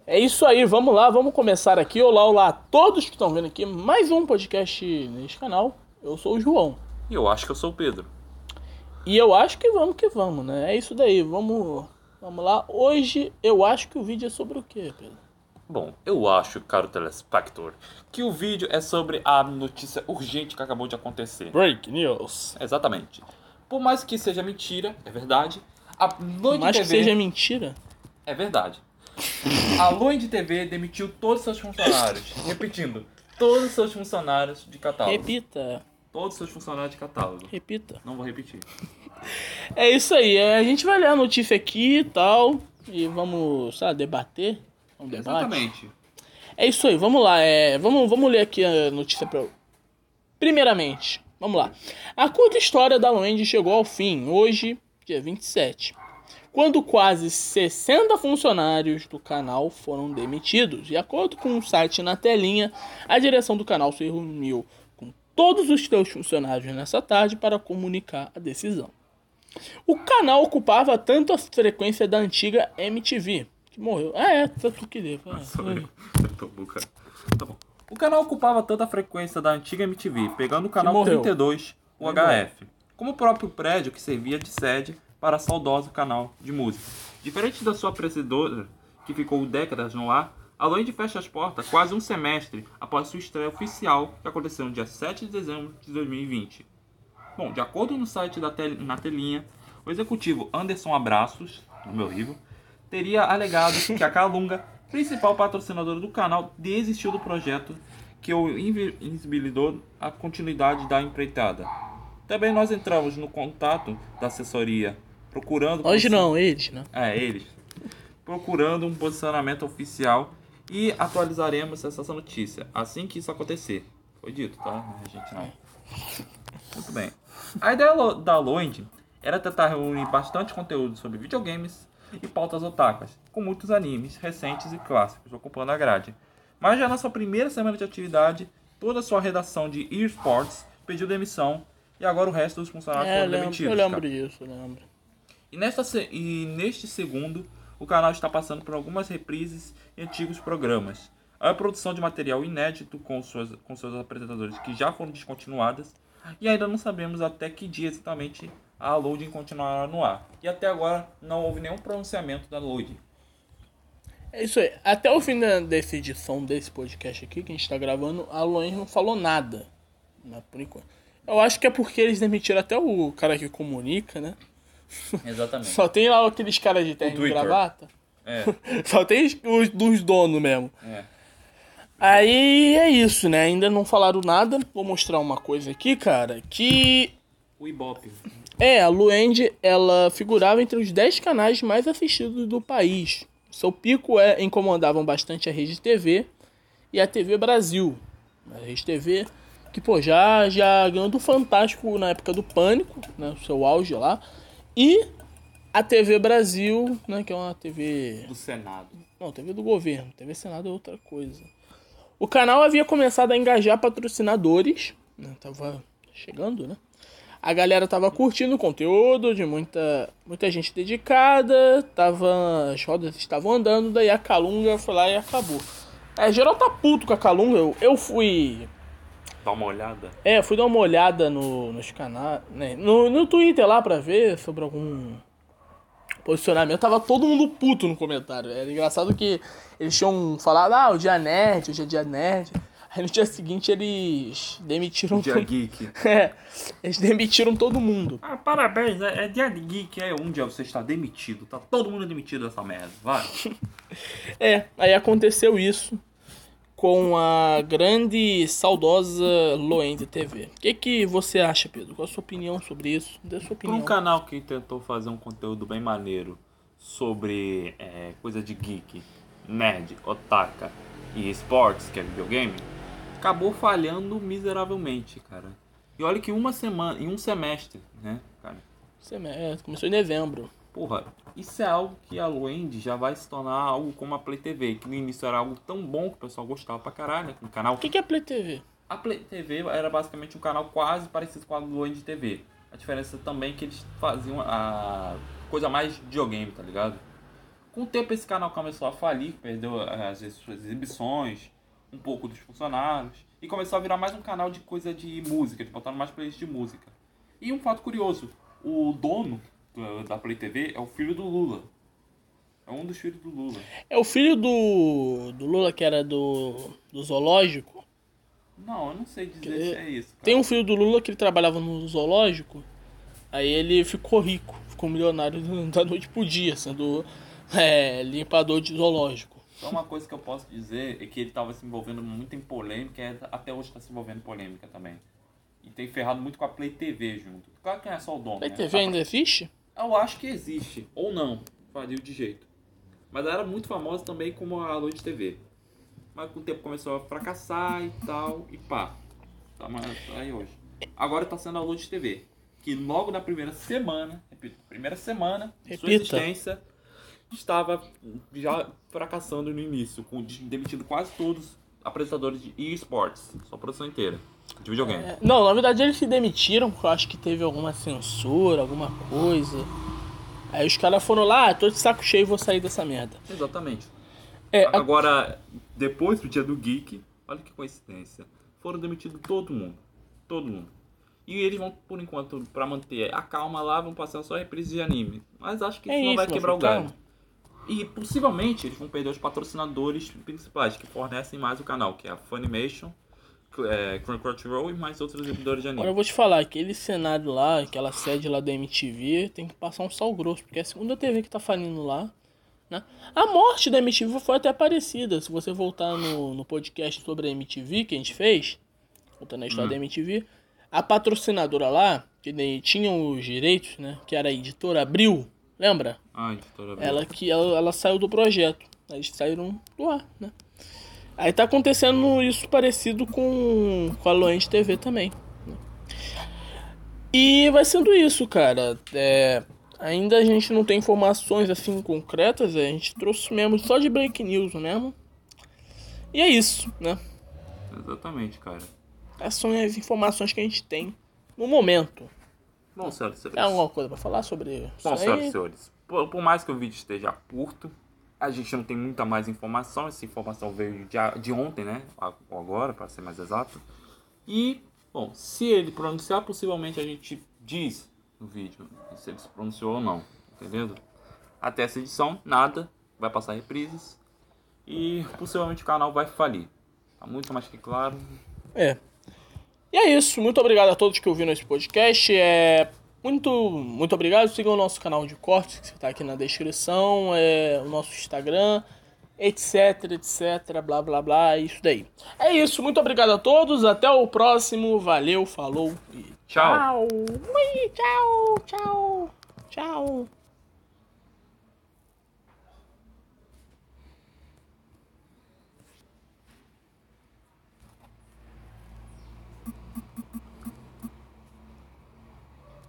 É isso aí, vamos lá, vamos começar aqui. Olá a todos que estão vendo aqui mais um podcast neste canal. Eu sou o João. E eu acho que eu sou o Pedro. E eu acho que vamos, né? É isso daí, vamos lá. Hoje eu acho que o vídeo é sobre o quê, Pedro? Bom, eu acho, caro telespectador, que o vídeo é sobre a notícia urgente que acabou de acontecer. Break News. Exatamente. Por mais que seja mentira, é verdade. A Lond Mais TV... que seja mentira. É verdade. A Lond TV demitiu todos os seus funcionários. Repetindo, todos os seus funcionários de catálogo. Repita. Todos os seus funcionários de catálogo. Repita. Não vou repetir. É isso aí, a gente vai ler a notícia aqui e tal. E vamos, debater. Um debate. Exatamente. É isso aí, vamos lá. Vamos ler aqui a notícia pra eu. Primeiramente, vamos lá. A curta história da Lond chegou ao fim hoje, dia 27, quando quase 60 funcionários do canal foram demitidos. De acordo com o site Na Telinha, a direção do canal se reuniu com todos os seus funcionários nessa tarde para comunicar a decisão. O canal ocupava tanto a frequência da antiga MTV, que morreu. Tá tu que deu. Tá bom. O canal ocupava toda a frequência da antiga MTV, pegando o canal morreu. 32, o HF, como o próprio prédio que servia de sede para a saudosa canal de música. Diferente da sua predecessora, que ficou décadas no ar, a Lond fecha as portas quase um semestre após sua estreia oficial, que aconteceu no dia 7 de dezembro de 2020. Bom, de acordo no site Na Telinha, o executivo Anderson Abraços, no meu livro, teria alegado que a Calunga, principal patrocinadora do canal, desistiu do projeto, que o invisibilizou a continuidade da empreitada. Também nós entramos no contato da assessoria, procurando... Hoje não, eles, né? Eles. Procurando um posicionamento oficial e atualizaremos essa notícia assim que isso acontecer. Foi dito, tá? A gente não... Muito bem. A ideia da Lond era tentar reunir bastante conteúdo sobre videogames e pautas otakas, com muitos animes recentes e clássicos ocupando a grade. Mas já na sua primeira semana de atividade, toda a sua redação de eSports pediu demissão e agora o resto dos funcionários foram demitidos. Eu lembro disso, eu lembro. E neste segundo, o canal está passando por algumas reprises em antigos programas. A produção de material inédito com seus apresentadores que já foram descontinuadas e ainda não sabemos até que dia exatamente a Lond continuará no ar. E até agora não houve nenhum pronunciamento da Lond. É isso aí. Até o fim dessa edição desse podcast aqui que a gente tá gravando, a Lond não falou nada. Né, por enquanto. Eu acho que é porque eles demitiram até o cara que comunica, né? Exatamente. Só tem lá aqueles caras de terno e gravata. Só tem os dos donos mesmo. Aí é isso, né? Ainda não falaram nada. Vou mostrar uma coisa aqui, cara. Que... O Ibope. a Lond, ela figurava entre os 10 canais mais assistidos do país. Seu pico incomodavam bastante a Rede TV e a TV Brasil. A Rede TV, que já ganhou do Fantástico na época do Pânico, né? O seu auge lá. E a TV Brasil, né? Que é uma TV... Do Senado. Não, TV do governo. TV Senado é outra coisa. O canal havia começado a engajar patrocinadores, né? Tava chegando, né? A galera tava curtindo o conteúdo de muita gente dedicada, as rodas estavam andando, daí a Calunga foi lá e acabou. Geral tá puto com a Calunga, eu fui... Dá uma olhada? Fui dar uma olhada nos canais, né? No Twitter lá pra ver sobre algum posicionamento, tava todo mundo puto no comentário. Era engraçado que eles tinham falado, o dia nerd, hoje é dia nerd. Aí no dia seguinte eles demitiram Dia geek. Eles demitiram todo mundo. Parabéns, é dia de geek. Um dia você está demitido. Tá todo mundo demitido dessa merda. Vai. Aí aconteceu isso com a grande, saudosa Lond TV. O que você acha, Pedro? Qual a sua opinião sobre isso? Dê a sua opinião. Para um canal que tentou fazer um conteúdo bem maneiro sobre coisa de geek, nerd, otaka e esportes, que é videogame, acabou falhando miseravelmente, cara. E olha que em um semestre, né, cara? Começou em novembro. Porra, isso é algo que a Lond já vai se tornar algo como a Play TV, que no início era algo tão bom que o pessoal gostava pra caralho, né? Um canal... O que é a Play TV? A Play TV era basicamente um canal quase parecido com a Lond TV. A diferença também é que eles faziam a coisa mais videogame, tá ligado? Com o tempo esse canal começou a falir, perdeu as suas exibições, um pouco dos funcionários, e começou a virar mais um canal de coisa de música, de botar mais playlist de música. E um fato curioso, o dono da Play TV é o filho do Lula. É um dos filhos do Lula. É o filho do Lula, que era do zoológico. Não, eu não sei dizer se é isso, cara. Tem um filho do Lula que ele trabalhava no zoológico. Aí ele ficou rico, ficou milionário da noite pro dia, sendo limpador de zoológico. Só uma coisa que eu posso dizer é que ele estava se envolvendo muito em polêmica e até hoje está se envolvendo em polêmica também. E tem ferrado muito com a Play TV junto. Claro que não é só o dono, Play né? TV ainda existe? Eu acho que existe, ou não, faria de jeito. Mas ela era muito famosa também como a Lua de TV. Mas com o tempo começou a fracassar e tal, e pá. Tá aí hoje. Agora tá sendo a Lua de TV. Que logo na primeira semana, repito, de sua existência, estava já fracassando no início, demitindo quase todos os apresentadores de eSports, sua produção inteira, de videogame. Não, na verdade eles se demitiram porque eu acho que teve alguma censura, alguma coisa. Aí os caras foram lá, tô de saco cheio e vou sair dessa merda. Exatamente. Agora, depois do dia do Geek, olha que coincidência, foram demitidos todo mundo. Todo mundo. E eles vão, por enquanto, pra manter a calma lá, vão passar só reprise de anime. Mas acho que isso não vai quebrar o galho. E possivelmente eles vão perder os patrocinadores principais que fornecem mais o canal, que é a Funimation, Crunchyroll e mais outros exibidores de anime. Agora eu vou te falar, aquele cenário lá, aquela sede lá da MTV, tem que passar um sal grosso, porque é a segunda TV que tá falindo lá, né? A morte da MTV foi até parecida. Se você voltar no podcast sobre a MTV que a gente fez, voltando a história da MTV, a patrocinadora lá, que tinha os direitos, né, que era a editora Abril, lembra? Ah, editora Abril. Ela saiu do projeto, eles saíram do ar, né? Aí tá acontecendo isso parecido com a Loend TV também, né? E vai sendo isso, cara. Ainda a gente não tem informações assim concretas, a gente trouxe mesmo só de break news mesmo. E é isso, né? Exatamente, cara. Essas são as informações que a gente tem no momento. Bom, senhoras e senhores. Tem alguma coisa pra falar sobre isso? Bom, senhoras e senhores, por mais que o vídeo esteja curto, a gente não tem muita mais informação. Essa informação veio de ontem, né? Agora, para ser mais exato. E, bom, se ele pronunciar, possivelmente a gente diz no vídeo se ele se pronunciou ou não. Entendeu? Até essa edição, nada. Vai passar reprises. E possivelmente o canal vai falir. Tá muito mais que claro. E é isso. Muito obrigado a todos que ouviram esse podcast. Muito obrigado. Sigam o nosso canal de cortes, que está aqui na descrição. O nosso Instagram, etc, blá, blá, blá. Isso daí. É isso. Muito obrigado a todos. Até o próximo. Valeu, falou e Tchau. Ui, tchau, tchau, tchau.